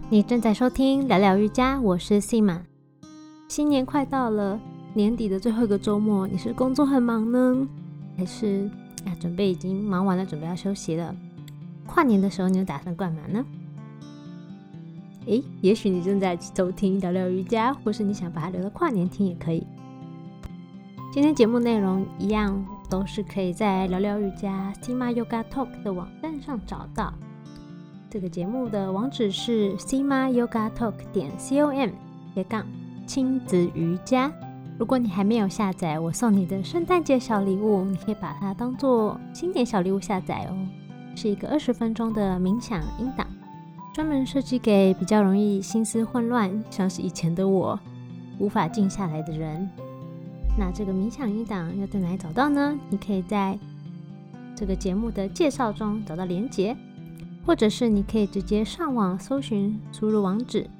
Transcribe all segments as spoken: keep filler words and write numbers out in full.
你正在收听聊聊瑜伽，我是 Sima。 新年快到了，年底的最后一个周末，你是工作很忙呢，还是啊准备已经忙完了，准备要休息了？跨年的时候你有打算干嘛呢？诶，也许你正在收听聊聊瑜伽，或是你想把它留到跨年听也可以。今天节目内容一样都是可以在聊聊瑜伽 Sima Yoga Talk 的网站上找到。这个节目的网址是 sima yoga talk 点 com 斜杠亲子瑜伽。如果你还没有下载我送你的圣诞节小礼物，你可以把它当做新年小礼物下载哦。是一个二十分钟的冥想音档，专门设计给比较容易心思混乱，像是以前的我无法静下来的人。那这个冥想音档要在哪里找到呢？你可以在这个节目的介绍中找到连结，或者是你可以直接上网搜寻，输入网址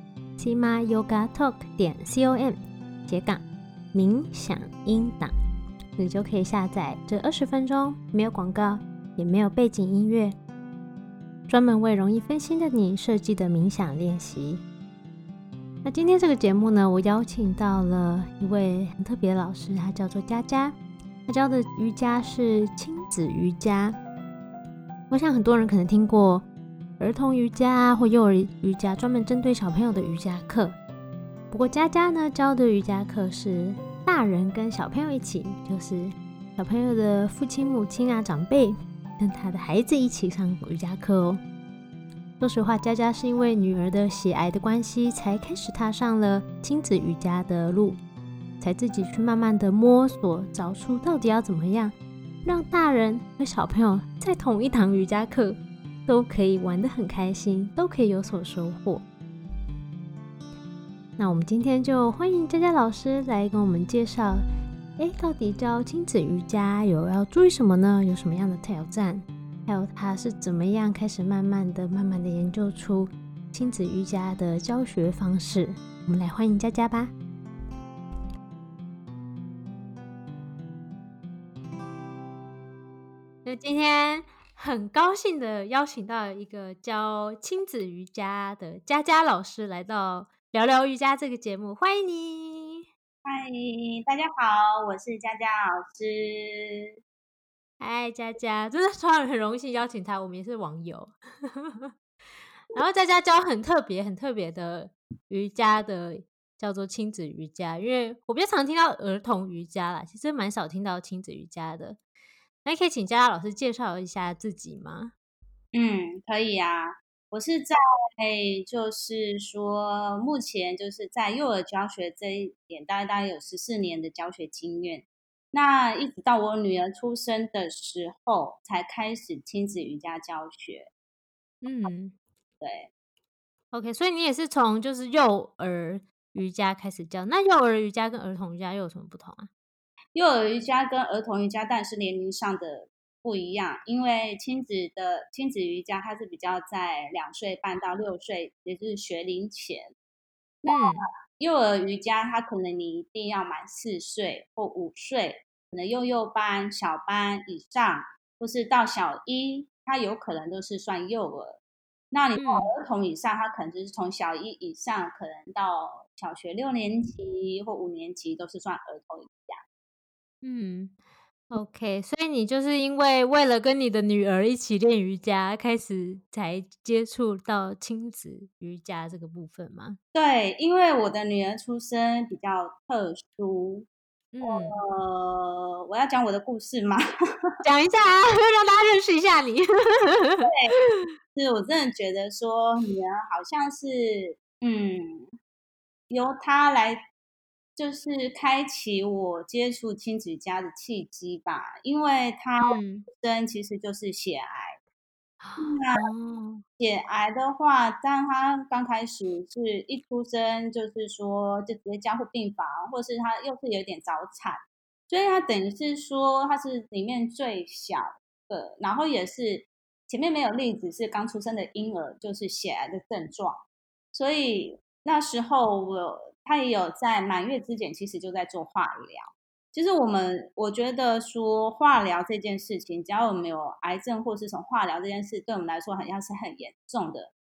sima yoga talk 点 com 斜杠冥想音档，你就可以下载这二十分钟没有广告也没有背景音乐，专门为容易分心的你设计的冥想练习。那今天这个节目呢，我邀请到了一位很特别的老师，他叫做佳佳，他教的瑜伽是亲子瑜伽。我想很多人可能听过儿童瑜伽或幼儿瑜伽，专门针对小朋友的瑜伽课。不过佳佳呢教的瑜伽课是大人跟小朋友一起，就是小朋友的父亲母亲啊长辈跟他的孩子一起上瑜伽课哦。说实话，佳佳是因为女儿的血癌的关系，才开始踏上了亲子瑜伽的路，才自己去慢慢的摸索，找出到底要怎么样让大人和小朋友在同一堂瑜伽课都可以玩得很开心，都可以有所收获。那我们今天就欢迎佳佳老师来跟我们介绍，诶，到底教亲子瑜伽有要注意什么呢？有什么样的挑战？还有他是怎么样开始慢慢的、慢慢的研究出亲子瑜伽的教学方式？我们来欢迎佳佳吧。那今天很高兴的邀请到一个教亲子瑜伽的佳佳老师来到聊聊瑜伽这个节目，欢迎你。 嗨，大家好，我是佳佳老师。 嗨，佳佳，真的超很荣幸邀请他，我们也是网友。然后佳佳教很特别、很特别的瑜伽的，叫做亲子瑜伽。因为我比较常听到儿童瑜伽啦，其实蛮少听到亲子瑜伽的。那可以请佳佳老师介绍一下自己吗？ 嗯，可以啊。我是在就是说，目前就是在幼儿教学这一点，大概大概有十四年的教学经验。那一直到我女儿出生的时候，才开始亲子瑜伽教学。 嗯对。 OK，所以你也是从就是幼儿瑜伽开始教，那幼儿瑜伽跟儿童瑜伽又有什么不同啊？ 幼儿瑜伽跟儿童瑜伽，但是年龄上的不一样，因为亲子的亲子瑜伽它是比较在两岁半到六岁，也就是学龄前。那嗯幼儿瑜伽，它可能你一定要满四岁或五岁，可能幼幼班、小班以上，或是到小一，它有可能都是算幼儿。那你到嗯儿童以上，它可能就是从小一以上，可能到小学六年级或五年级都是算儿童瑜伽。 嗯，OK，所以你就是因为为了跟你的女儿一起练瑜伽，开始才接触到亲子瑜伽这个部分吗？ 对，因为我的女儿出生比较特殊。 嗯， 呃，我要讲我的故事吗？ 讲一下啊，让大家认识一下你。 是我真的觉得说，女儿好像是，嗯，由她来，就是开启我接触亲子家的契机吧。因为她嗯， 本身其实就是血癌。 哦， 血癌的话，当她刚开始是一出生，就是说就直接加护病房，或是她又是有点早产，所以她等于是说她是里面最小的，然后也是前面没有例子是刚出生的婴儿就是血癌的症状，所以那时候我她也有在满月之前其实就在做化疗。其实我们我觉得说化疗这件事情，只要我们有癌症或是从化疗这件事，对我们来说好像是很严重的。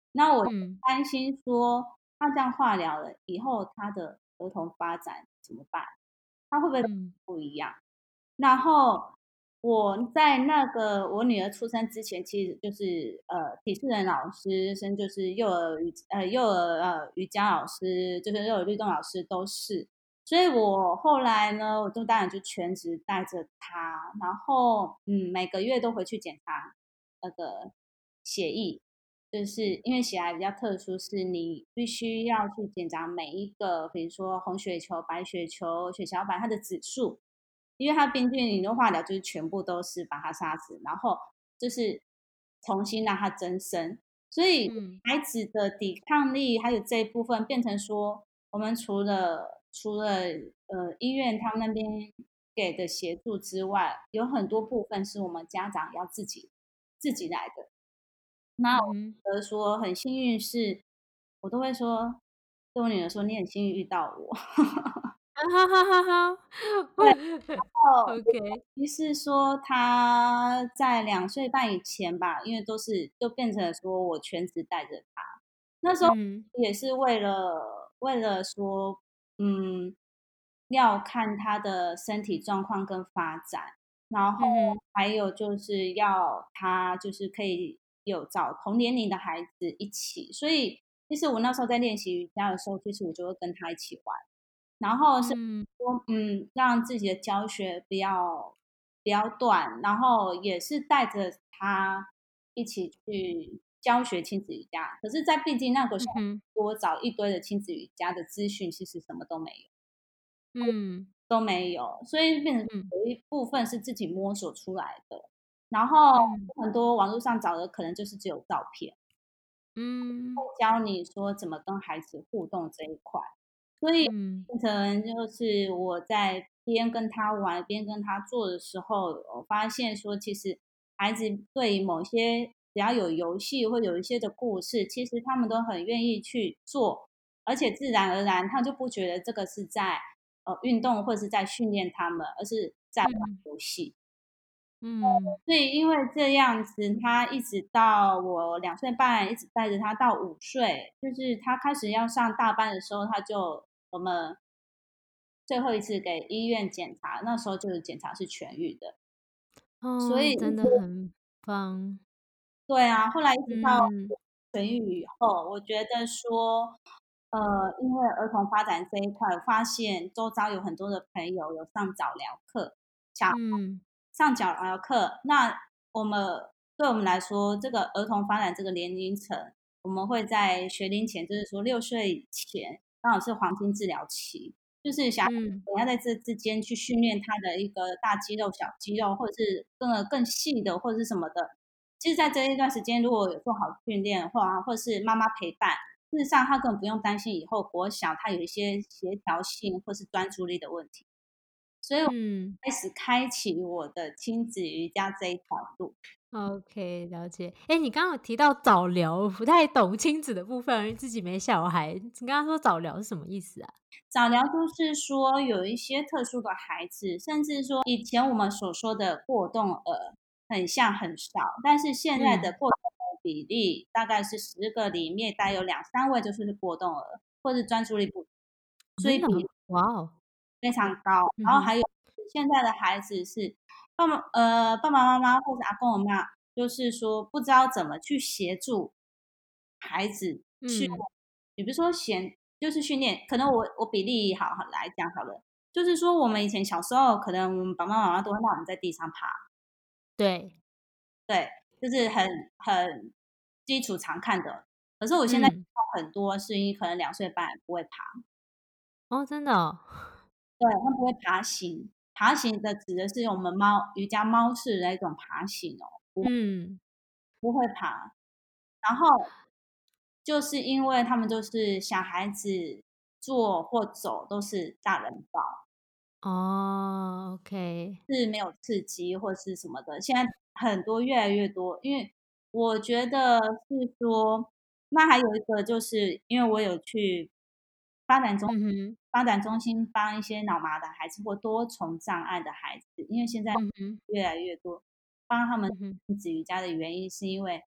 那我嗯担心说，他这样化疗了以后，他的儿童发展怎么办？他会不会嗯不一样？然后我在那个我女儿出生之前，其实就是呃体适能老师，甚至就是幼儿瑜呃幼儿呃瑜伽老师，就是幼儿律动老师都是。所以我后来呢，我就当然就全职带着她，然后嗯每个月都回去检查那个血液，就是因为血癌比较特殊，是你必须要去检查每一个，比如说红血球、白血球、血小板它的指数，因为它毕竟你的化疗就是全部都是把它杀死，然后就是重新让它增生，所以嗯孩子的抵抗力还有这一部分变成说，我们除了除了呃医院他们那边给的协助之外，有很多部分是我们家长要自己自己来的。那我嗯哼， 觉得说很幸运是，我都会说对我女儿说你很幸运遇到我。 哈哈哈哈哈。 对，哦， OK。 于是说她在两岁半以前吧，因为都是就变成说我全职带着她。那时候嗯也是为了为了说，嗯，要看她的身体状况跟发展，然后嗯哼还有就是要她就是可以有找同年龄的孩子一起，所以其实我那时候在练习瑜伽的时候，其实我就会跟她一起玩。然后是嗯说，嗯，让自己的教学不要不要断，然后也是带着他一起去教学亲子瑜伽。可是，在毕竟那个时候， 嗯哼我找一堆的亲子瑜伽的资讯，其实什么都没有， 嗯都没有，所以变成嗯有一部分是自己摸索出来的。然后嗯很多网络上找的可能就是只有照片， 嗯教你说怎么跟孩子互动这一块。所以嗯变成就是我在边跟他玩边跟他做的时候，我发现说，其实孩子对某些只要有游戏或有一些的故事，其实他们都很愿意去做，而且自然而然，他就不觉得这个是在呃运动或者是在训练他们，而是在玩嗯游戏。 嗯所以因为这样子，他一直到我两岁半，一直带着他到五岁，就是他开始要上大班的时候，他就我们最后一次给医院检查，那时候就是检查是痊愈的，所哦， 以真的很棒。 对啊，后来一直到嗯痊愈以后，我觉得说，呃，因为儿童发展这一块，我发现周遭有很多的朋友有上早疗课，想嗯上早疗课，那我们对我们来说，这个儿童发展这个年龄层，我们会在学龄前，就是说六岁前，刚好是黄金治疗期，就是想嗯等下在这之间去训练他的一个大肌肉、小肌肉，或者是更更细的，或者是什么的。其实，在这一段时间，如果有做好训练，或啊，或者是妈妈陪伴，事实上他根本不用担心以后国小他有一些协调性或是专注力的问题。所以我嗯开始开启我的亲子瑜伽这一条路。 ，OK，了解。哎，你刚刚有提到早疗，我不太懂亲子的部分，因为自己没小孩。你刚刚说早疗是什么意思啊？ 早疗就是说有一些特殊的孩子，甚至说以前我们所说的过动儿，很像很少，但是现在的嗯， 过动儿比例大概是十个里面大概有两三位就是过动儿，或是专注力不足，所以真的哦， 比哇哦。 非常高。 嗯哼， 然后还有现在的孩子是爸爸呃爸爸妈妈或者阿公阿嬷，就是说不知道怎么去协助孩子去， 嗯比如说闲就是训练，可能我我比例好好来讲好了，就是说我们以前小时候，可能我们爸爸妈妈都会让我们在地上爬， 对。 对，就是很很基础常看的。可是我现在看嗯， 到很多是因为可能两岁半不会爬， 哦，真的哦。 对，它不会爬行。爬行的指的是我们猫瑜伽猫式的那种爬行哦， 嗯， 不会爬。然后就是因为他们就是小孩子坐或走都是大人抱， 哦，OK。 是没有刺激或是什么的。现在很多越来越多，因为我觉得是说，那还有一个就是因为我有去发展中嗯哼， 发展中心帮一些脑麻的孩子或多重障碍的孩子，因为现在嗯哼， 越来越多，帮他们嗯哼， 亲子瑜伽的原因是因为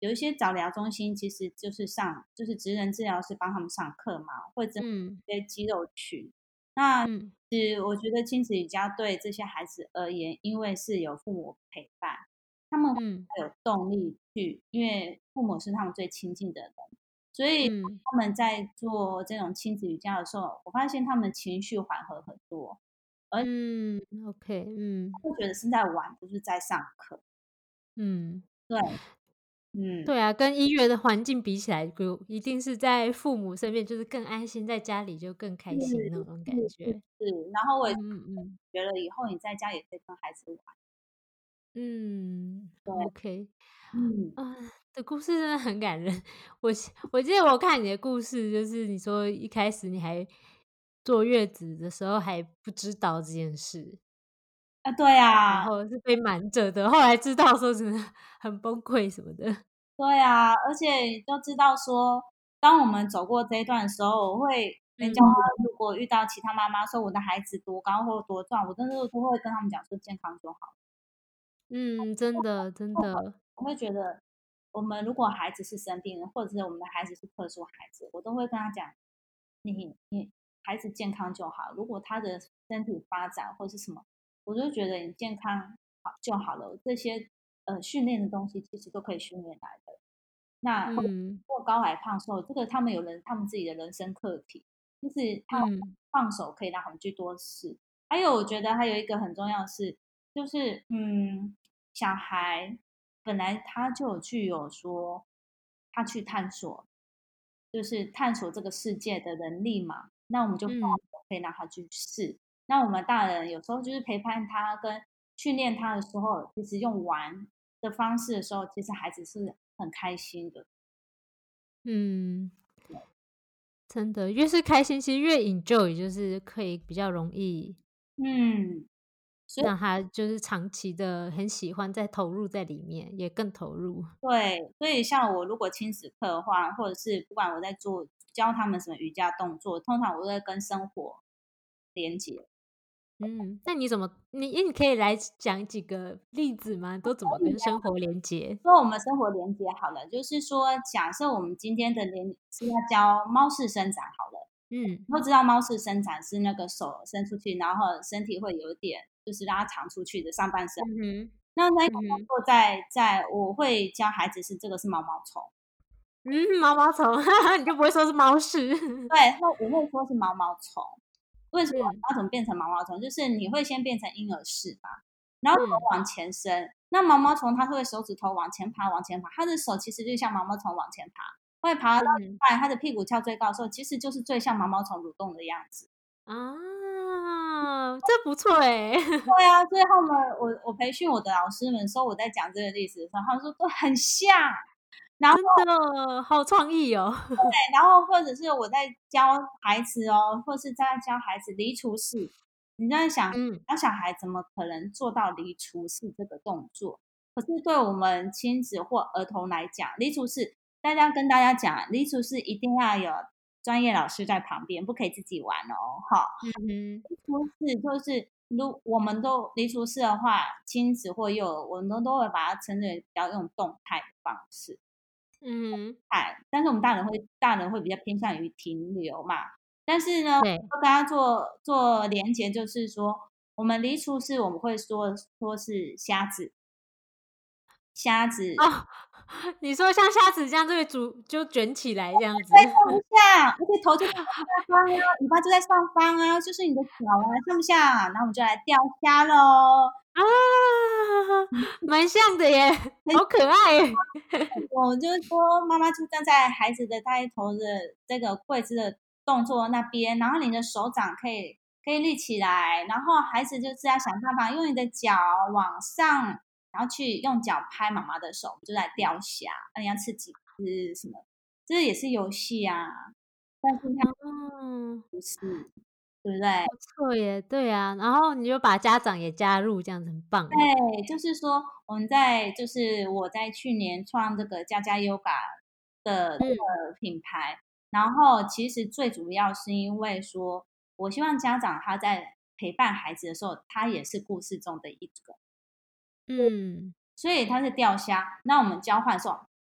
有一些早疗中心其实就是上就是职能治疗师帮他们上课嘛，会针嗯对一些肌肉群。那嗯是我觉得亲子瑜伽对这些孩子而言，因为是有父母陪伴，他们会嗯有动力去，因为父母是他们最亲近的人，所以嗯他们在做这种亲子瑜伽的时候，我发现他们情绪缓和很多，而嗯，OK，嗯会觉得是在玩，不是在上课。 嗯。 对，嗯， 对啊，跟医院的环境比起来，就一定是在父母身边，就是更安心，在家里就更是开心那种感是是觉。 是，然后我嗯也嗯嗯。 觉得以后你在家也可以跟孩子玩。 嗯对， ，OK。 嗯， 啊，的故事真的很感人。我记我记得我看你的故事，就是你说一开始你还坐月子的时候还不知道这件事， 啊，对啊。 然后是被瞒着的，后来知道的时候真的很崩溃什么的。 对啊，而且都知道说，当我们走过这一段的时候，我会人家嗯如果遇到其他妈妈说我的孩子多高或多壮，我真的都会跟他们讲说健康就好。 嗯，真的真的。 我会觉得，我们如果孩子是生病了，或者是我们的孩子是特殊孩子，我都会跟他讲，你你孩子健康就好。如果他的身体发展或是什么，我就觉得你健康好就好了。这些呃训练的东西其实都可以训练来的。那嗯或高矮胖瘦，这个他们有人他们自己的人生课题，就是他们嗯放手可以让他们去多试。还有，我觉得还有一个很重要的是，就是嗯，小孩本来他就有具有说他去探索，就是探索这个世界的能力嘛。那我们就放嗯手可以让他去试。那我们大人有时候就是陪伴他跟训练他的时候，其实用玩的方式的时候，其实孩子是很开心的。 嗯，真的，越是开心，其实越 enjoy，就是可以比较容易嗯，所以让他就是长期的很喜欢，再投入在里面，也更投入。 对，所以像我如果亲子课的话，或者是不管我在做教他们什么瑜伽动作，通常我都会跟生活连接。 嗯，那你怎么你你可以来讲几个例子吗？都怎么跟生活连接？ 说我们生活连接好了，就是说，假设我们今天的连是要教猫式伸展好了， 嗯， 你会知道猫式伸展是那个手伸出去，然后身体会有一点就是拉长出去的上半身。 嗯哼， 那那个动嗯哼， 作在在我会教孩子是这个是毛毛虫。 嗯，毛毛虫，你就不会说是猫式。 对，那我会说是毛毛虫。为什么嗯， 它怎么变成毛毛虫？就是你会先变成婴儿式嘛，然后头嗯， 往前伸。那毛毛虫它会手指头往前爬，往前爬，它的手其实就像毛毛虫往前爬，会爬到一嗯哼， 半，它的屁股翘最高的时候，其实就是最像毛毛虫蠕动的样子。 啊，这不错哎。 对啊，所以他们我我培训我的老师们说我在讲这个历史的时候，他们说都很像。然后真的，好创意哦。 然后或者是我在教孩子哦，或是在教孩子离厨式，你在想， 嗯， 小小孩怎么可能做到离厨式这个动作？可是对我们亲子或儿童来讲，离厨式，大家跟大家讲，离厨式一定要有专业老师在旁边，不可以自己玩哦，哈。 嗯哼， 离厨式就是如我们都离厨式的话，亲子或幼儿，我们都都会把它称为比较用动态的方式。 嗯哼， 看，但是我们大人会大人会比较偏向于停留嘛。但是呢， 对。 我跟他做做连接，就是说，我们离厨是我们会说说是虾子，虾子哦，你说像虾子这样就会煮就卷起来这样子。 对，上不下，而且头就在下方啊，尾巴就在上方啊，就是你的脚啊，上不下，然后我们就来钓虾喽。 啊，蛮像的耶，好可爱耶。 我就是说，妈妈就站在孩子的带头的这个跪姿的动作那边，然后你的手掌可以可以立起来，然后孩子就是要想办法用你的脚往上，然后去用脚拍妈妈的手，就在钓虾，那你要吃几只什么？这也是游戏啊，但是它哦， 不是，对不对？ 不错耶，对啊，然后你就把家长也加入，这样子很棒。 对，就是说我们在就是我在去年创这个家家 Yoga 的这嗯， 个品牌，然后其实最主要是因为说，我希望家长他在陪伴孩子的时候，他也是故事中的一个， 嗯， 所以他是钓虾，那我们交换的时候，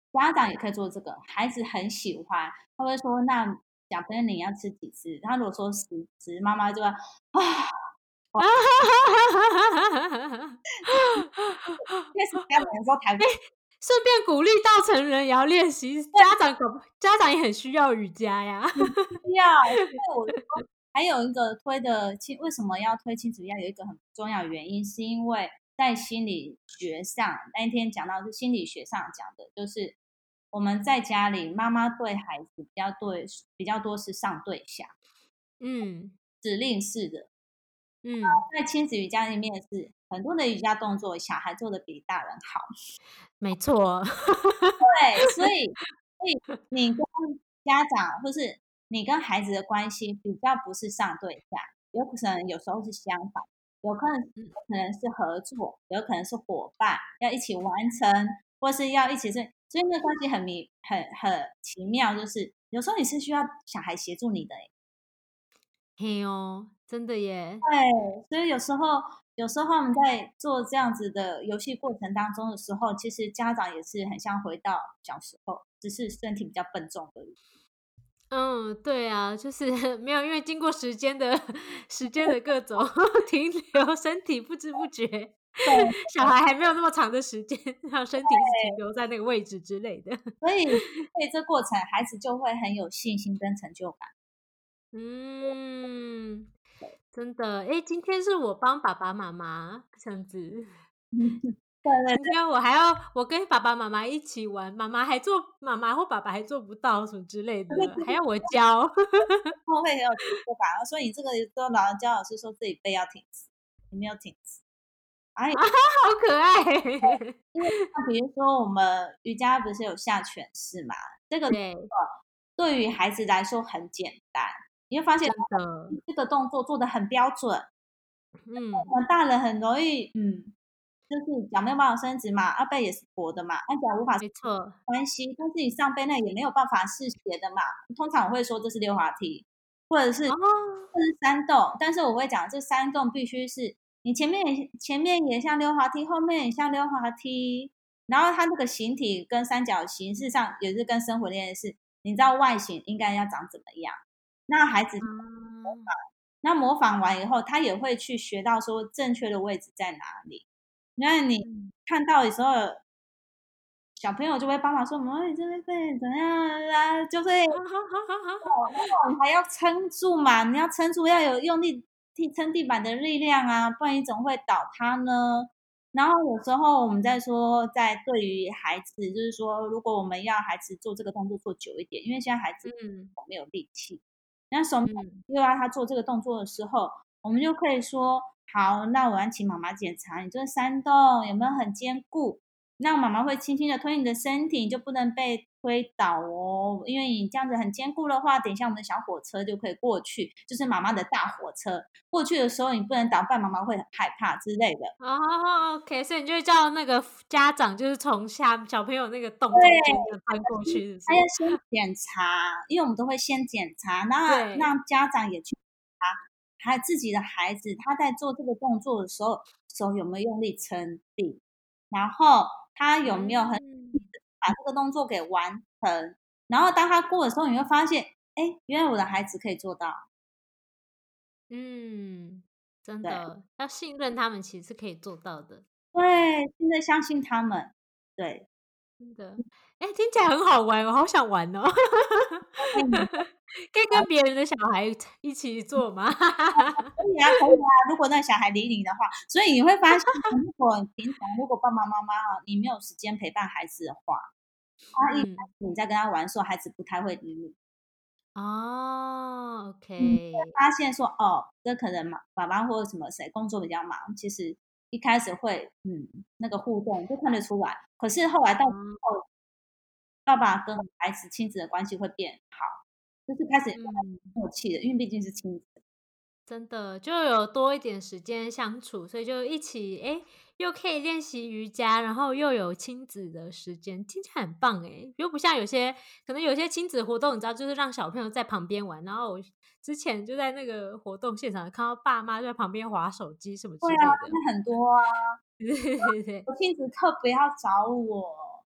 家长也可以做这个，孩子很喜欢，他会说那小朋友你要吃几次？他如果说十次，妈妈就会啊，因为是家长有时候抬不顺便鼓励到成人也要练习，家长搞不家长也很需要瑜伽呀。 需要，所以我说还有一个推的亲，为什么要推亲子瑜伽？有一个很重要的原因，是因为在心理学上，那一天讲到是心理学上讲的，就是我们在家里，妈妈对孩子比较对比较多是上对下， 嗯指令式的。 嗯， 在亲子瑜伽里面是很多的瑜伽动作，小孩做的比大人好。 没错。 对，所以所以你跟家长或是你跟孩子的关系比较不是上对下，有可能有时候是相反，有可能有可能是合作，有可能是伙伴，要一起完成，或是要一起是，所以那个关系很迷很很奇妙，就是有时候你是需要小孩协助你的欸。 嘿哦，真的耶。 对，所以有时候有时候我们在做这样子的游戏过程当中的时候，其实家长也是很像回到小时候，只是身体比较笨重而已。 嗯，对啊，就是没有因为经过时间的时间的各种停留，身体不知不觉， 对小孩还没有那么长的时间，让身体是停留在那个位置之类的。 所以对这过程，孩子就会很有信心跟成就感。 嗯，真的，诶，今天是我帮爸爸妈妈这样子。 对对对， 今天我还要我跟爸爸妈妈一起玩，妈妈还做妈妈或爸爸还做不到什么之类的，还要我教。 他们会很有成就感。所以你这个都老人教老师说自己背要挺直，你没有挺直。哎， 啊，好可爱。 因为像比如说我们瑜伽不是有下犬式嘛，这个动对， 作对于孩子来说很简单，你会发现真的。 这个动作做得很标准， 嗯， 我们大人很容易，嗯，就是脚没有办法伸直嘛，啊背也是活的嘛，啊脚无法没错。 关系，但是你上背那也没有办法是斜的嘛。通常我会说这是溜滑梯，或者是哦。 这是山洞，但是我会讲这山洞必须是你前面也前面也像溜滑梯，后面也像溜滑梯，然后它那个形体跟三角形，事实上也是跟生活练的是，你知道外形应该要长怎么样，那孩子啊。 那模仿完以后，他也会去学到说正确的位置在哪里。那你嗯。 看到的时候，小朋友就会帮忙说：“妈，你这边会怎么样啊？”就会你还要撑住嘛，你要撑住，要有用力地撑地板的力量啊，不然你怎么会倒塌呢？然后有时候我们在说，在对于孩子，就是说，如果我们要孩子做这个动作做久一点，因为现在孩子嗯。 手没有力气，那手嗯。 又要他做这个动作的时候，我们就可以说，好，那我要请妈妈检查你这个山洞有没有很坚固，那妈妈会轻轻的推你的身体，你就不能被推倒哦，因为你这样子很坚固的话，等一下我们的小火车就可以过去，就是妈妈的大火车。过去的时候你不能倒，不然妈妈会很害怕之类的。 哦，OK，所以你就会叫那个家长就是从下小朋友那个洞中间对， 这样翻过去，是不他要是？ 先检查，因为我们都会先检查，那对。 让家长也去查，还有自己的孩子他在做这个动作的时候，手有没有用力撑地，然后他有没有很嗯。 把这个动作给完成，然后当他过的时候，你会发现，哎，原来我的孩子可以做到。 嗯，真对的，要信任他们其实是可以做到的。 对，现在相信他们，对， 真的。哎，听起来很好玩，我好想玩哦。 所以你可以跟别人的小孩一起做吗？ 可以啊，可以啊，如果那小孩理你的话，所以你会发现，如果平常如果爸爸妈妈啊，你没有时间陪伴孩子的话，他一开嗯。 始你在跟他玩的时候，孩子不太会理你。 哦你会 ，OK。 发现说，哦，这可能嘛，爸爸或者什么谁工作比较忙，其实一开始会，嗯，那个互动就看得出来。可是后来到后， 嗯。 爸爸跟孩子亲子的关系会变好，就是开始嗯。 默契的，因为毕竟是亲子。 真的，就有多一点时间相处，所以就一起，诶，又可以练习瑜伽，然后又有亲子的时间，听起来很棒诶。又不像有些可能有些亲子活动，你知道，就是让小朋友在旁边玩，然后我之前就在那个活动现场看到爸妈就在旁边滑手机什么对啊， 之类的。 那很多啊， 对对对。 我亲子课不要找我。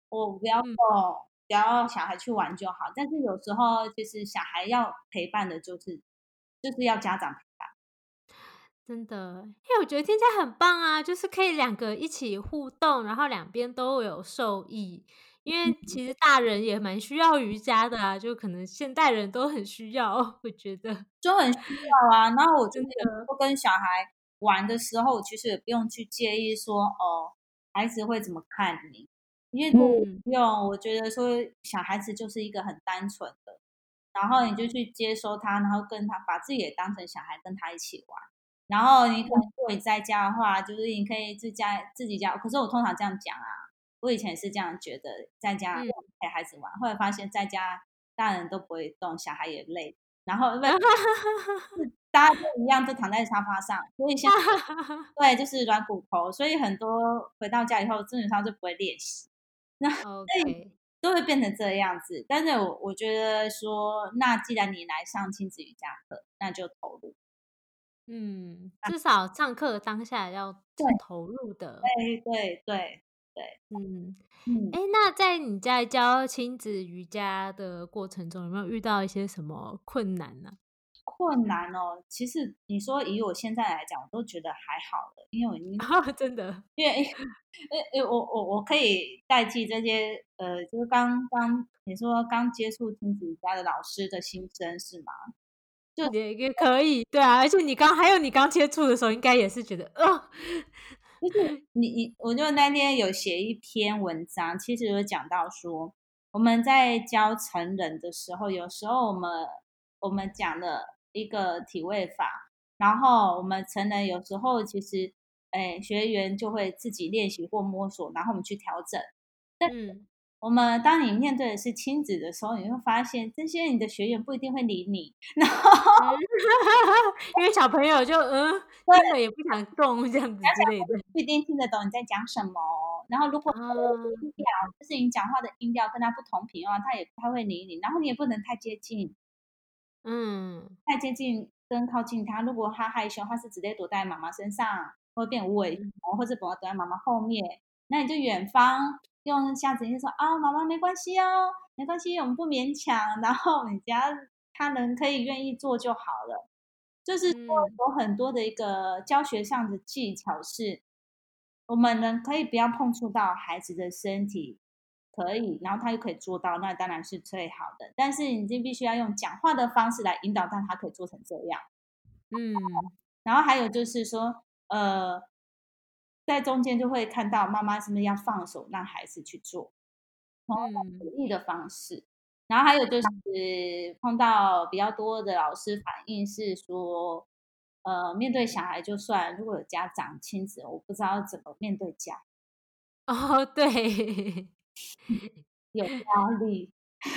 我不要嗯， 动，不要小孩去玩就好。但是有时候就是小孩要陪伴的，就是就是要家长陪伴。 真的，因为我觉得听起来很棒啊，就是可以两个一起互动，然后两边都有受益。因为其实大人也蛮需要瑜伽的啊，就可能现代人都很需要，我觉得就很需要啊。然后我觉得有时真的， 候跟小孩玩的时候，其实也不用去介意说哦，孩子会怎么看你，因为不嗯用。我觉得说小孩子就是一个很单纯的，然后你就去接收他，然后跟他把自己也当成小孩，跟他一起玩。然后你可能如果你在家的话，就是你可以自家自己家。可是我通常这样讲啊，我以前是这样觉得，在家嗯， 陪孩子玩，后来发现在家大人都不会动，小孩也累。然后因为大家都一样，都躺在沙发上，所以现在对，就是软骨头，所以很多回到家以后，基本上就不会练习，那所以 OK。 都会变成这样子。但是我我觉得说，那既然你来上亲子瑜伽课，那就投入。 嗯， 啊， 至少上课当下要对是投入的。 对对对对， 嗯， 嗯。 哎，那在你在教亲子瑜伽的过程中，有没有遇到一些什么困难呢？ 困难哦，其实你说以我现在来讲，我都觉得还好了，因为我已经真的因为因为我我我可以代替这些呃，就是刚刚你说刚接触亲子瑜伽的老师的心声是吗？ 也也可以，对啊，而且你刚还有你刚接触的时候，应该也是觉得，呃， 就是你你，我就那天有写一篇文章，其实有讲到说，我们在教成人的时候，有时候我们我们讲的一个体位法，然后我们成人有时候其实，哎，学员就会自己练习或摸索，然后我们去调整。 嗯我们当你面对的是亲子的时候，你会发现这些你的学员不一定会理你，然后嗯，因为小朋友就嗯，听了也不想动这样子之类的。 不一定听得懂你在讲什么哦。然后如果他的啊， 音调，就是你讲话的音调跟他不同频的话，他也不太会理你。然后你也不能太接近， 嗯太接近跟靠近他。如果他害羞，他是直接躲在妈妈身上，会变无尾嗯熊，或者躲躲在妈妈后面，那你就远方用下子音说啊，妈妈没关系哦，没关系，我们不勉强。然后你只要他能可以愿意做就好了。就是说嗯有很多的一个教学上的技巧是，我们呢可以不要碰触到孩子的身体，可以，然后他又可以做到，那当然是最好的。但是你就必须要用讲话的方式来引导，让他可以做成这样。 嗯然后还有就是说，呃，在中间就会看到妈妈是不是要放手让孩子去做，从嗯鼓励的方式。然后还有就是碰到比较多的老师反映是说，呃，面对小孩就算，如果有家长亲子，我不知道怎么面对家， 哦，对， 有压力，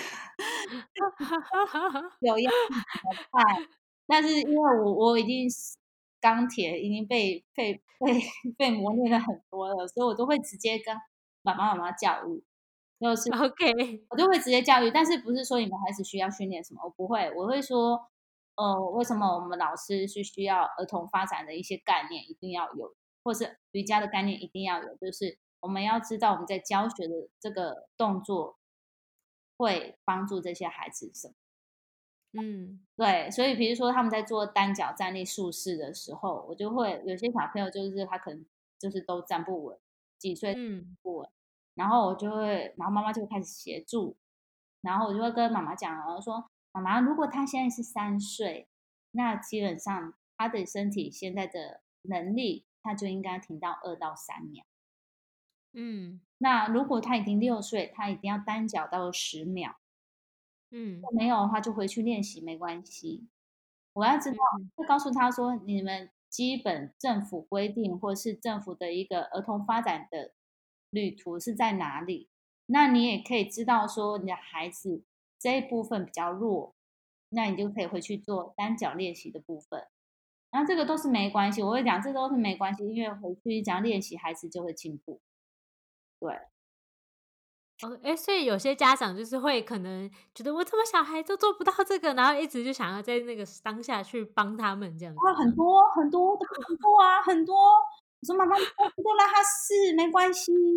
有压力怎么办？但是因为我我已经是钢铁，已经被被被被磨练了很多了，所以我都会直接跟爸爸妈妈教育，就是 OK， 我就会直接教育，但是不是说你们孩子需要训练什么，我不会，我会说，呃，为什么我们老师是需要儿童发展的一些概念一定要有，或是瑜伽的概念一定要有，就是我们要知道我们在教学的这个动作会帮助这些孩子什么。 嗯对，所以比如说他们在做单脚站立竖式的时候，我就会有些小朋友就是他可能就是都站不稳，几岁嗯不稳，然后我就会，然后妈妈就会开始协助，然后我就会跟妈妈讲，然后说妈妈，如果他现在是三岁，那基本上他的身体现在的能力，他就应该停到二到三秒。 嗯那如果他已经六岁，他一定要单脚到十秒， 嗯没有的话就回去练习没关系。我要知道， 嗯会告诉他说，你们基本政府规定或是政府的一个儿童发展的旅途是在哪里。那你也可以知道说，你的孩子这一部分比较弱，那你就可以回去做单脚练习的部分。然后这个都是没关系，我会讲这都是没关系，因为回去只要练习，孩子就会进步。对， 哦，哎，所以有些家长就是会可能觉得我怎么小孩都做不到这个，然后一直就想要在那个当下去帮他们这样啊， 子吗？ 很多很多都很多啊，很多。我说妈妈，你都让他试，没关系。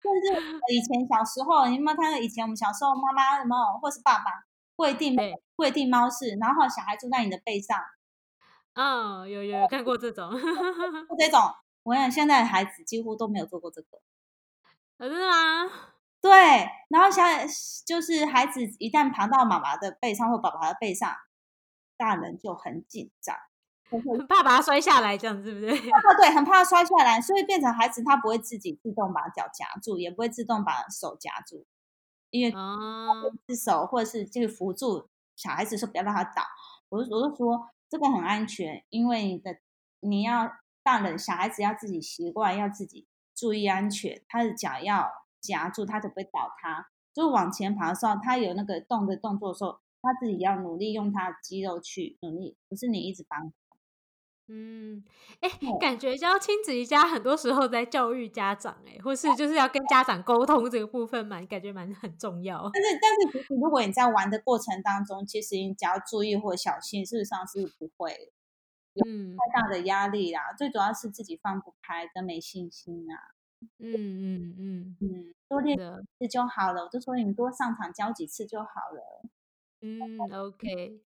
甚至以前小时候，你有没有看到以前我们小时候妈妈有没有，或是爸爸跪地对， 跪地猫式，然后小孩坐在你的背上， 哦，有有有看过这种， 这种，我跟你讲，现在的孩子几乎都没有做过这个。 真的吗？ 对，然后小就是孩子一旦爬到妈妈的背上或爸爸的背上，大人就很紧张，就会很怕把它摔下来，这样对不对？ 哦，对，很怕摔下来，所以变成孩子他不会自己自动把脚夹住，也不会自动把手夹住，因为哦， 是手或者是这个扶住小孩子说不要让他倒。我就我就说这个很安全，因为你的你要大人小孩子要自己习惯，要自己注意安全，他的脚要夹住，他才不会倒塌。就是往前爬的时候，他有那个动的动作的时候，他自己要努力用他的肌肉去努力，不是你一直帮。 嗯，哎， 对， 感觉教亲子瑜伽很多时候在教育家长，哎，或是就是要跟家长沟通这个部分蛮感觉蛮很重要。 但是但是其实如果你在玩的过程当中，其实你只要注意或小心，事实上是不会嗯太大的压力啦。最主要是自己放不开跟没信心啊。 嗯嗯嗯， 嗯，多练几真的， 次就好了。我就说你多上场教几次就好了。 嗯，OK。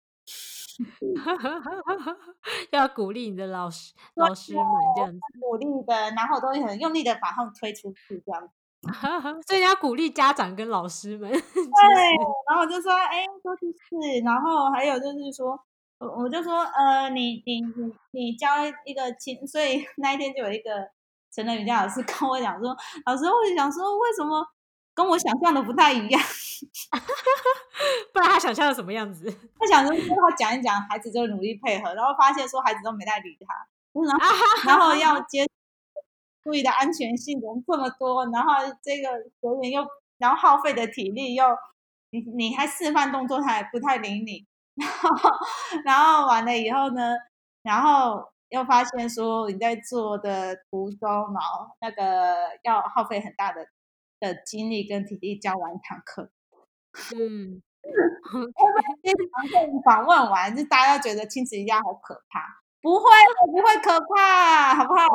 要鼓励你的老师对， 老师们这样子， 鼓励的，然后都会很用力的把他们推出去这样子。 所以要鼓励家长跟老师们， 对， 其实， 然后我就说，哎，多去试。然后还有就是说，我我就说，呃，你你你你教一个亲，所以那一天就有一个成人瑜伽老师跟我讲说，老师，我就想说，为什么跟我想象的不太一样？ 不然他想象的什么样子？ 他想说，他讲一讲，孩子就努力配合，然后发现说孩子都没太理他，然后啊哈然后哈哈哈， 要接注意的安全性人这么多，然后这个球员又然后耗费的体力又你你还示范动作，他还不太理你，然后然后完了以后呢，然后又发现说你在做的途中，然后那个要耗费很大的的精力跟体力教完一堂课， 嗯，OK。 这堂课访问完，就大家觉得亲子瑜伽好可怕，不会不会可怕，好不好？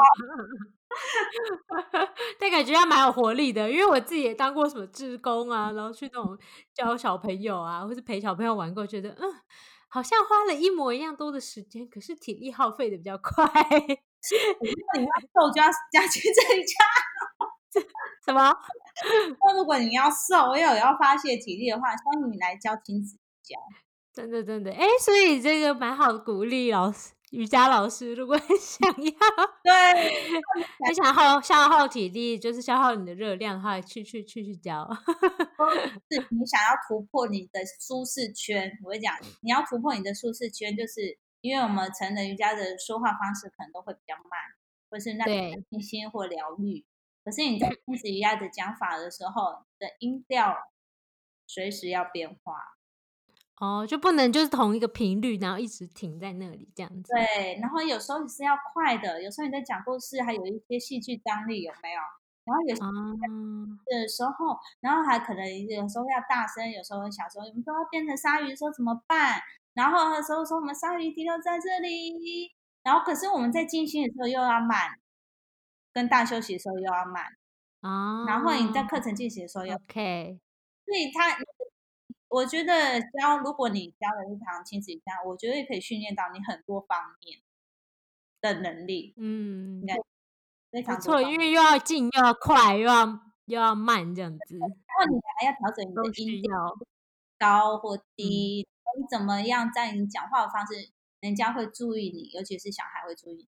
但感觉还蛮有活力的，因为我自己也当过什么志工啊，然后去那种教小朋友啊，或是陪小朋友玩过，觉得嗯，好像花了一模一样多的时间，可是体力耗费的比较快。 如果你要瘦，就要加去这一家。 什么？ 那如果你要瘦又有要发泄体力的话，欢迎你来教亲子瑜伽。 真的真的，哎，所以这个蛮好的鼓励老师瑜伽老师，如果很想要对， 很想耗消耗体力，就是消耗你的热量的话，去去去去教。 是你想要突破你的舒适圈，我会讲，你要突破你的舒适圈，就是因为我们成人瑜伽的说话方式可能都会比较慢，或是让对， 你清新或疗愈。可是你在亲子瑜伽的讲法的时候，你的音调随时要变化。 哦，就不能就是同一个频率，然后一直停在那里这样子。 对，然后有时候你是要快的，有时候你在讲故事，还有一些戏剧张力，有没有？然后有些哦， 的时候，然后还可能有时候要大声，有时候小时候，有时候变成鲨鱼的时候怎么办？然后有时候说我们鲨鱼停留在这里，然后可是我们在静心的时候又要慢，跟大休息的时候又要慢，然后你在哦课程进行的时候又， ，OK， 所以他，我觉得教如果你教了一堂亲子瑜伽，我觉得可以训练到你很多方面的能力，应嗯， 该非常多不错， 方面。 因为又要静又要快，又要又要慢这样子， 然后你还要调整你的都音调， 需要。 高或嗯。 低，你怎么样在你讲话的方式，人家会注意你，尤其是小孩会注意你。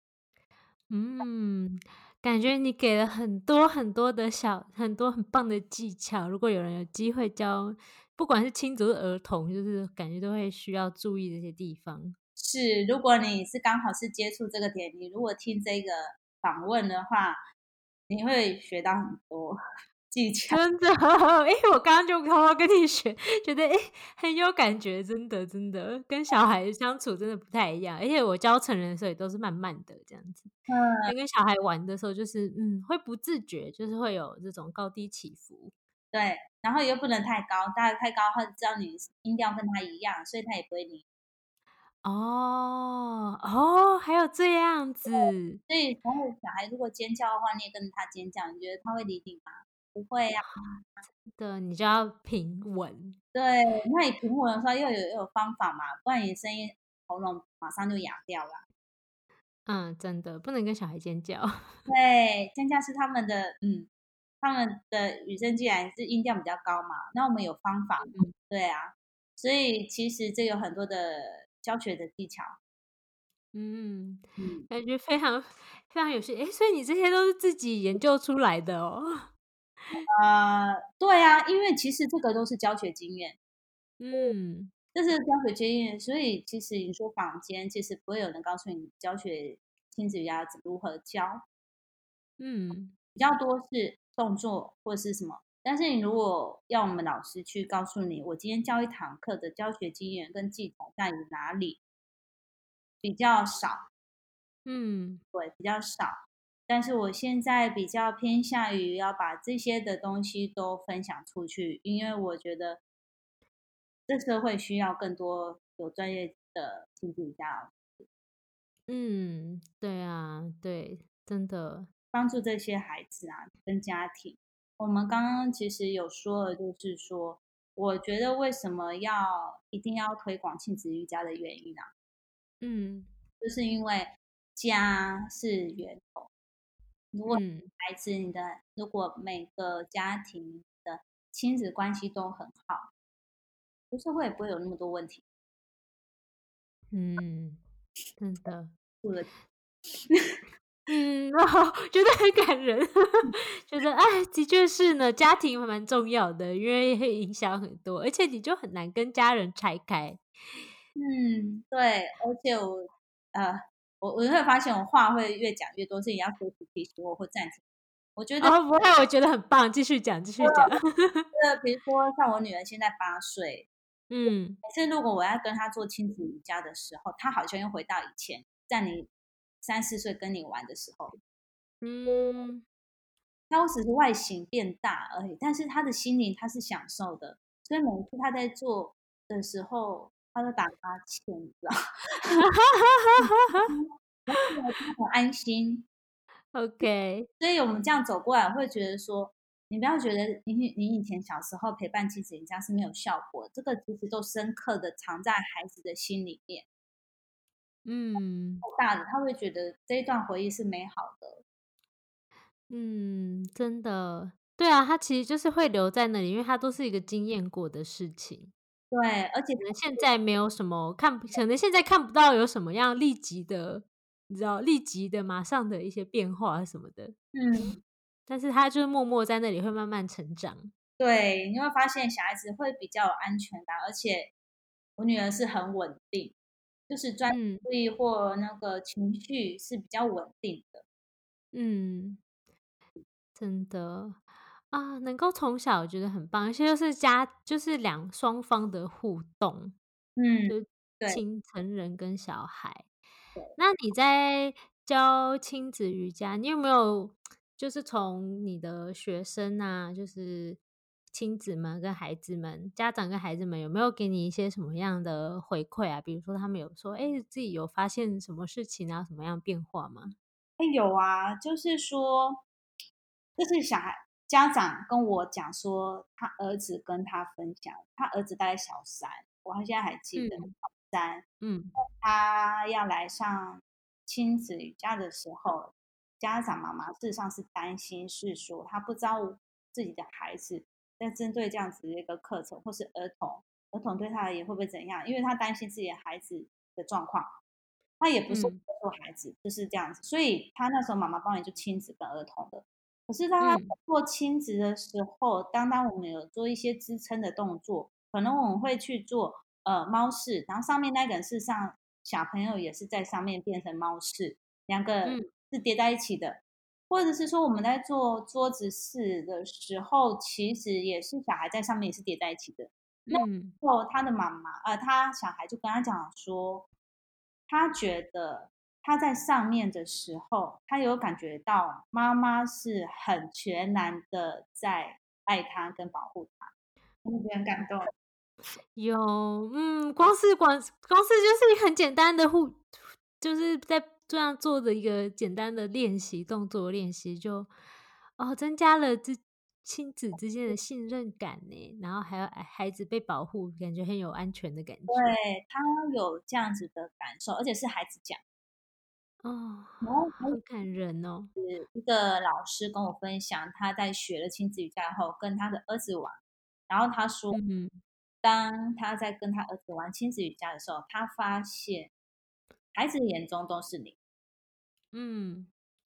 嗯，感觉你给了很多很多的小很多很棒的技巧，如果有人有机会教，不管是亲子或儿童，就是感觉都会需要注意这些地方。 是，如果你是刚好是接触这个点，你如果听这个访问的话，你会学到很多技巧。 真的，哎，我刚刚就偷偷跟你学，觉得哎很有感觉，真的真的，跟小孩相处真的不太一样。而且我教成人的时候也都是慢慢的这样子， 嗯， 但跟小孩玩的时候就是嗯会不自觉，就是会有这种高低起伏。 对，然后又不能太高，大家太高，他知道你音调跟他一样，所以他也不会理你。 哦哦，还有这样子。 所以然后小孩如果尖叫的话，你也跟着他尖叫，你觉得他会理你吗？ 不会呀、 的，你就要平稳。 对，那你平稳的时候又有又有方法嘛，不然你声音喉咙马上就哑掉了。 嗯，真的不能跟小孩尖叫。 对，尖叫是他们的，嗯，他们的语声既然是音调比较高嘛，那我们有方法嘛， 嗯对啊，所以其实这有很多的教学的技巧， 嗯， 嗯， 感觉非常非常有趣。诶，所以你这些都是自己研究出来的哦？ 呃，对啊，因为其实这个都是教学经验， 嗯这是教学经验，所以其实你说坊间其实不会有人告诉你教学亲子瑜伽怎如何教， 嗯比较多是动作或者是什么。但是你如果要我们老师去告诉你，我今天教一堂课的教学经验跟系统在于哪里，比较少， 嗯对，比较少。但是我现在比较偏向于要把这些的东西都分享出去，因为我觉得这社会需要更多有专业的亲子瑜伽老师嗯，对啊，对，真的。 帮助这些孩子啊跟家庭。我们刚刚其实有说了，就是说，我觉得为什么要一定要推广亲子瑜伽的原因啊， 嗯就是因为家是源头。如果嗯孩子你的如果每个家庭的亲子关系都很好，这社会也不会有那么多问题。 嗯，真的。 住了嗯，然后觉得很感人，觉得哎，的确是呢，家庭蛮重要的，因为会影响很多，而且你就很难跟家人拆开。 嗯，对，而且我呃，我我会发现我话会越讲越多，所以你要随时提醒我或暂停。我觉得， 哦，不会，我觉得很棒，继续讲，继续讲。 呃，比如说像我女儿现在八岁， 嗯每次如果我要跟她做亲子瑜伽的时候，她好像又回到以前，在你三四岁跟你玩的时候， 嗯她只是外形变大而已，但是她的心灵她是享受的，所以每一次她在做的时候，她都打哈欠，你知道，然后她很安心。 ，OK。 所以我们这样走过来，会觉得说，你不要觉得你你以前小时候陪伴亲子瑜伽是没有效果，这个其实都深刻的藏在孩子的心里面。 嗯大的他会觉得这一段回忆是美好的， 嗯，真的，对啊，他其实就是会留在那里，因为他都是一个经验过的事情。 对，而且可能现在没有什么看不可能现在看不到有什么样立即的，你知道立即的马上的一些变化什么的， 嗯， 但是他就是默默在那里会慢慢成长。 对，你会发现小孩子会比较有安全感，而且我女儿是很稳定，就是专嗯注力或那个情绪是比较稳定的。 嗯，真的。啊，能够从小我觉得很棒，而且又是家就是两双方的互动， 嗯， 就对亲成人跟小孩。 对， 那你在教亲子瑜伽，你有没有就是从你的学生啊，就是亲子们跟孩子们、家长跟孩子们，有没有给你一些什么样的回馈啊？比如说他们有说，哎、自己有发现什么事情啊，什么样变化吗？ 哎，有啊，就是说，就是小孩家长跟我讲说，他儿子跟他分享，他儿子大概小三，我现在还记得， 嗯小三， 嗯他要来上亲子瑜伽的时候，家长妈妈事实上是担心，是说他不知道自己的孩子在针对这样子的一个课程，或是儿童，儿童对他而言会不会怎样？因为他担心自己的孩子的状况。他也不是嗯做孩子，就是这样子。所以他那时候妈妈帮你就亲子跟儿童的。可是当他嗯做亲子的时候，当当我们有做一些支撑的动作，可能我们会去做呃猫式，然后上面那个人事实上小朋友也是在上面变成猫式，两个嗯是叠在一起的。或者是说我们在做桌子式的时候，其实也是小孩在上面也是叠在一起的。那嗯时候他的妈妈，呃，他小孩就跟他讲说，他觉得他在上面的时候，他有感觉到妈妈是很全然的在爱他跟保护他，我觉得很感动。 有，嗯，光是光光是就是一个很简单的互就是在这样做的一个简单的练习动作练习就，哦，增加了这亲子之间的信任感呢，然后还有孩子被保护，感觉很有安全的感觉。 对，他有这样子的感受，而且是孩子讲。 哦， 然后还有好感人哦。 是一个老师跟我分享，他在学了亲子瑜伽后，跟他的儿子玩，然后他说， 嗯当他在跟他儿子玩亲子瑜伽的时候，他发现孩子的眼中都是你， 嗯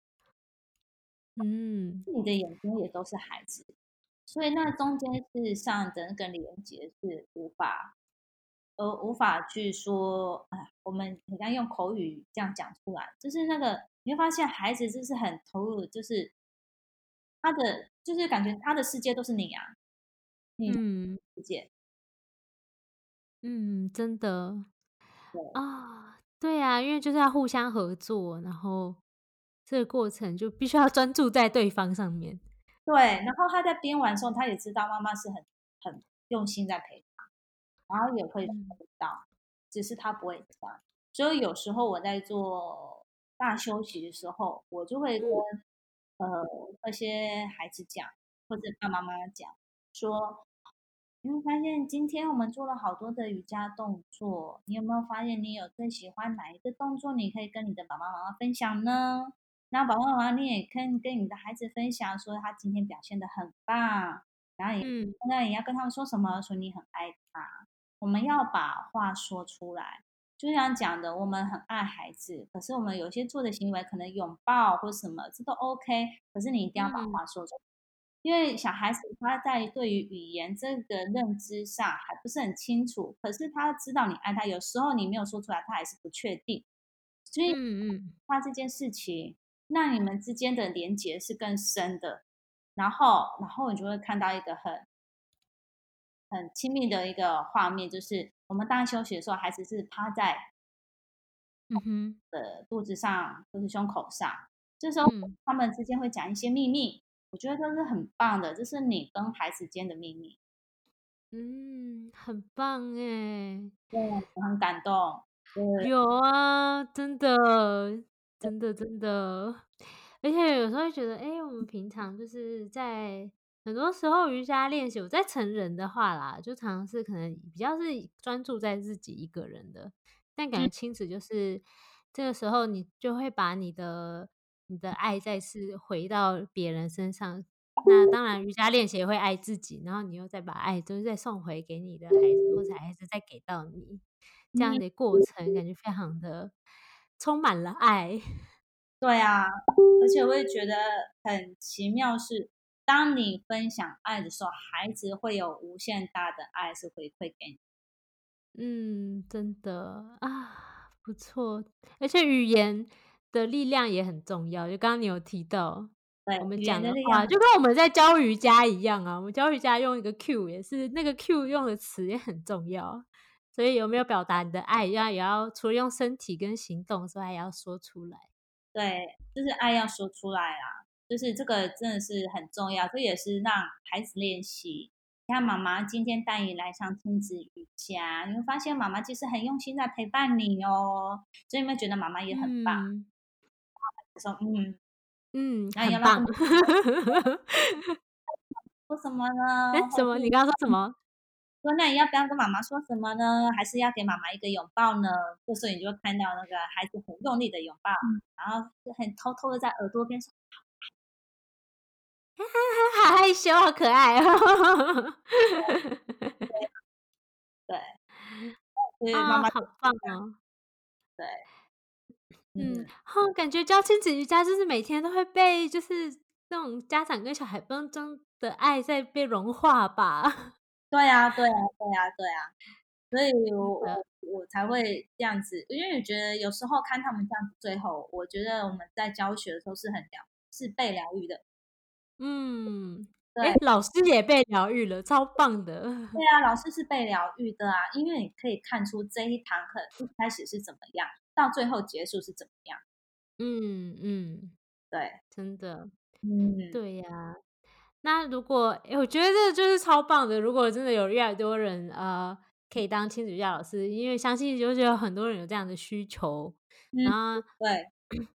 嗯你的眼中也都是孩子，所以那中间事实上的那个连接是无法，呃，无法去说，哎，我们很像用口语这样讲出来，就是那个你会发现孩子就是很投入，就是他的就是感觉他的世界都是你啊，你嗯世界。 嗯，真的对啊，对啊，因为就是要互相合作，然后这个过程就必须要专注在对方上面。 对，然后他在边玩的时候，他也知道妈妈是很很用心在陪他，然后也会嗯知道，只是他不会讲。所以有时候我在做大休息的时候，我就会跟嗯呃那些孩子讲，或者爸爸妈妈讲说，你会发现今天我们做了好多的瑜伽动作，你有没有发现你有最喜欢哪一个动作？你可以跟你的爸爸妈妈分享呢？那爸爸妈妈你也可以跟你的孩子分享，说他今天表现得很棒，然后也嗯那也要跟他们说什么？说你很爱他。我们要把话说出来，就像讲的，我们很爱孩子，可是我们有些做的行为，可能拥抱或什么，这都 OK，可是你一定要把嗯话说出来。因为小孩子他在对于语言这个认知上还不是很清楚，可是他知道你爱他，有时候你没有说出来，他还是不确定。所以嗯嗯他这件事情，那你们之间的连结是更深的。然后，然后你就会看到一个很很亲密的一个画面，就是我们大休息的时候，孩子是趴在嗯哼的肚子上，或是胸口上，这时候嗯他们之间会讲一些秘密，我觉得这是很棒的，这是你跟孩子间的秘密。 嗯，很棒哎。 对，我很感动。对， 有啊，真的，真的真的。而且有时候会觉得，哎，我们平常就是在很多时候瑜伽练习，我在成人的话啦，就常常是可能比较是专注在自己一个人的，但感嗯， 觉亲子就是这个时候你就会把你的你的爱再次回到别人身上。那当然瑜伽练习也会爱自己，然后你又再把爱就是再送回给你的孩子，或者孩子再给到你。这样嗯， 的过程，感觉非常的充满了爱。 对啊，而且我也觉得很奇妙是，当你分享爱的时候，孩子会有无限大的爱是回馈给你。 嗯，真的，啊，不错。而且语言的力量也很重要，就刚刚你有提到， 对， 我们语言讲的话， 的力量很就跟我们在教瑜伽一样啊，我们教瑜伽用一个 Q 也是那个 Q 用的词也很重要。所以有没有表达你的爱，要也要除了用身体跟行动之外，也要说出来。 对，就是爱要说出来啊，就是这个真的是很重要，这也是让孩子练习。你看，妈妈今天带你来上亲子瑜伽，你会发现妈妈其实很用心在陪伴你哦。所以有没有觉得妈妈也很棒？ 嗯， 说嗯， 嗯， 那你很棒。 要不要跟妈妈说什么呢？ 哎， 或者是什么？你刚刚说什么？ 说那你要不要跟妈妈说什么呢？还是要给妈妈一个拥抱呢？这时候你就会看到那个孩子很用力的拥抱，然后就很偷偷的在耳朵边说。 好害羞，好可爱哦。 对，所以妈啊， 妈好棒哦。 对， 嗯， 嗯， 哦，感觉教亲子瑜伽就是每天都会被就是那种家长跟小孩当中的爱在被融化吧。 对啊，对啊，对啊，对啊，所以我真的。 我我才会这样子，因为我觉得有时候看他们这样子，最后我觉得我们在教学的时候是很疗，是被疗愈的。 嗯，诶， 对， 老师也被疗愈了，超棒的。 对啊，老师是被疗愈的啊，因为你可以看出这一堂课一开始是怎么样，到最后结束是怎么样。 嗯嗯， 对， 真的， 嗯， 对呀。那如果诶，我觉得这就是超棒的。如果真的有越来越多人，呃，可以当亲子教老师，因为相信就是有很多人有这样的需求。 嗯， 然后， 对， 那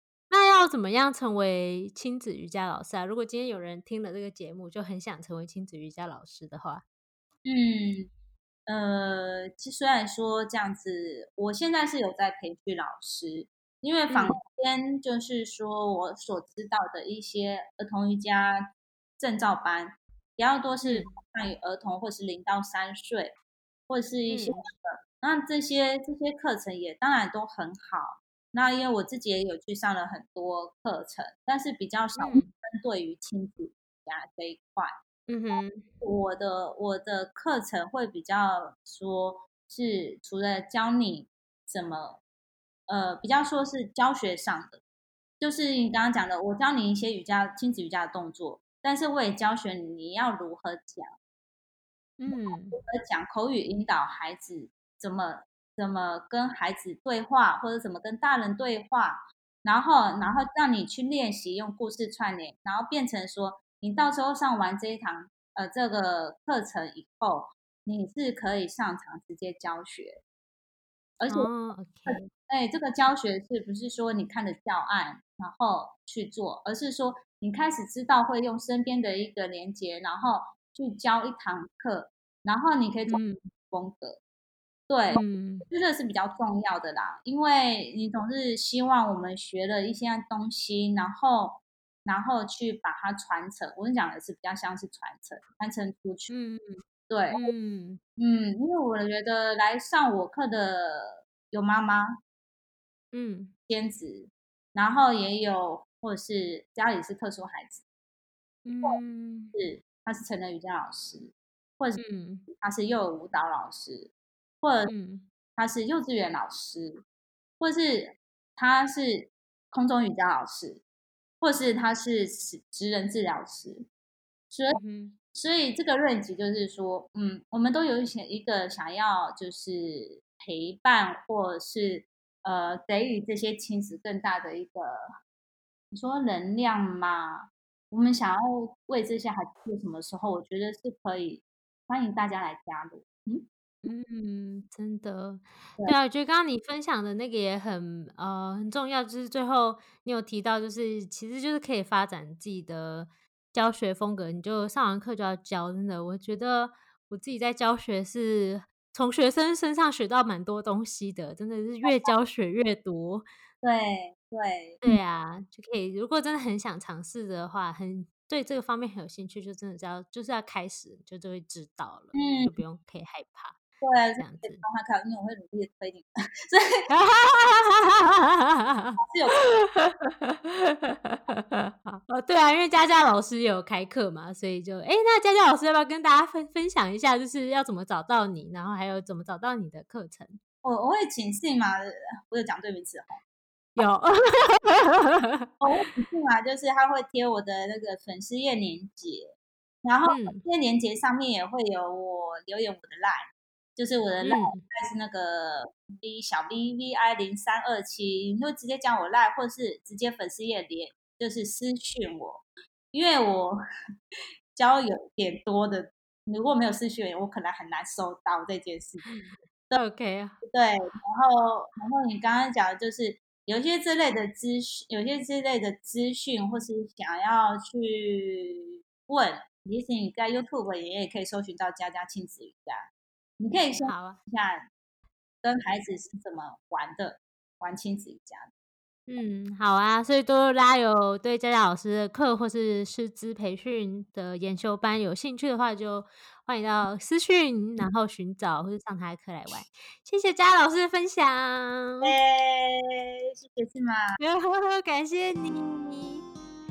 要怎么样成为亲子瑜伽老师啊？如果今天有人听了这个节目就很想成为亲子瑜伽老师的话， 嗯，呃，其实虽然说这样子，我现在是有在培训老师，因为坊嗯间就是说我所知道的一些儿童瑜伽证照班，比较多是嗯关于儿童或是零到三岁，或者是一些嗯那这些这些课程也当然都很好。那因为我自己也有去上了很多课程，但是比较少嗯针对于亲子瑜伽这一块。 嗯哼我的我的课程会比较说是除了教你怎么，呃，比较说是教学上的，就是你刚刚讲的，我教你一些瑜伽亲子瑜伽的动作，但是我也教学你要如何讲， 嗯如何讲口语引导孩子怎么怎么跟孩子对话，或者怎么跟大人对话，然后然后让你去练习用故事串联，然后变成说你到时候上完这一堂呃这个课程以后，你是可以上场直接教学，而且哦，OK， 哎，这个教学是不是说你看着教案然后去做，而是说你开始知道会用身边的一个连接，然后去教一堂课，然后你可以转嗯风格。对， 嗯我觉得是比较重要的啦，因为你总是希望我们学了一些东西，然后然后去把它传承。我跟你讲的是比较像是传承，传承出去。 嗯对， 嗯嗯，因为我觉得来上我课的有妈妈嗯兼职，然后也有或者是家里是特殊孩子， 嗯是他是成人瑜伽老师，或者是嗯他是幼儿舞蹈老师，或者嗯他是幼稚园老师，或是他是空中瑜伽老师，或是他是职职人治疗师。所以， 嗯哼所以这个 range 就是说，嗯，我们都有一些一个想要就是陪伴，或者是呃给予这些亲子更大的一个，你说能量嘛？我们想要为这些孩子做什么时候，我觉得是可以欢迎大家来加入。嗯， 嗯，真的， 对对啊，我觉得刚刚你分享的那个也很呃很重要，就是最后你有提到，就是其实就是可以发展自己的教学风格，你就上完课就要教，真的，我觉得我自己在教学是从学生身上学到蛮多东西的，真的是越教学越多。 对对， 对啊，就可以如果真的很想尝试的话，很对这个方面很有兴趣，就真的是要就是要开始，就就会知道了，就嗯， 不用可以害怕对，可这样子。 以帮他看，因为我会努力的推你们，所以哈哈哈哈哈！ 是有哦，对啊，因为佳佳老师也有开课嘛，所以就哎，那佳佳老师要不要跟大家分分享一下，就是要怎么找到你，然后还有怎么找到你的课程？ 我我会请信嘛，我有讲对名字哦。 有， 我会请信嘛，就是他会贴我的那个粉丝页连接，然后嗯这些连接上面也会有我留言我的 line，就是我的 line 嗯是那个 V 小 V V I 零三二七，你就直接加我 line，或是直接粉丝页连就是私讯我，因为我交友点多的，如果没有私讯，我可能很难收到这件事。 ，OK， 对，然后然后你刚刚讲的就是有一些这类的资讯，有些这类的资讯，或是想要去问，其实你在 YouTube 也也可以搜寻到佳佳亲子瑜伽，你可以先看好啊。 一下跟孩子是怎么玩的，玩亲子瑜伽的。 嗯，好啊，所以多大家有对佳佳老师的课或是师资培训的研修班有兴趣的话，就欢迎到私讯，然后寻找或者上他的课来玩。谢谢佳佳老师的分享， 哎，谢谢是吗？ 感谢你，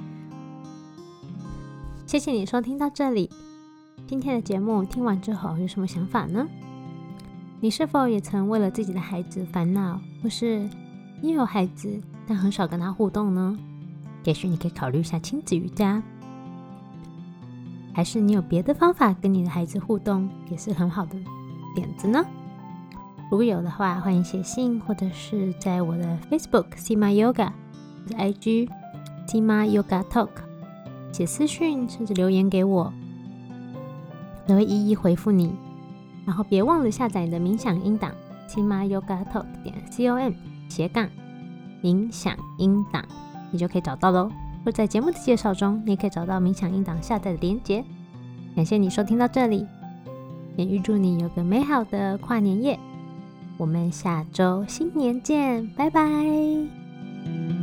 谢谢你收听到这里。今天的节目听完之后有什么想法呢？你是否也曾为了自己的孩子烦恼，或是你有孩子但很少跟他互动呢？也许你可以考虑一下亲子瑜伽，还是你有别的方法跟你的孩子互动，也是很好的点子呢？如果有的话，欢迎写信，或者是在我的 Facebook Sima Yoga 或者 I G Sima Yoga Talk 写私讯，甚至留言给我，我会一一回复你。然后别忘了下载你的冥想音档 Sima Yoga Talk 点 com 斜杠冥想音档。 你就可以找到咯，或在节目的介绍中你也可以找到冥想音档下载的连结。感谢你收听到这里，也预祝你有个美好的跨年夜。我们下周新年见，拜拜。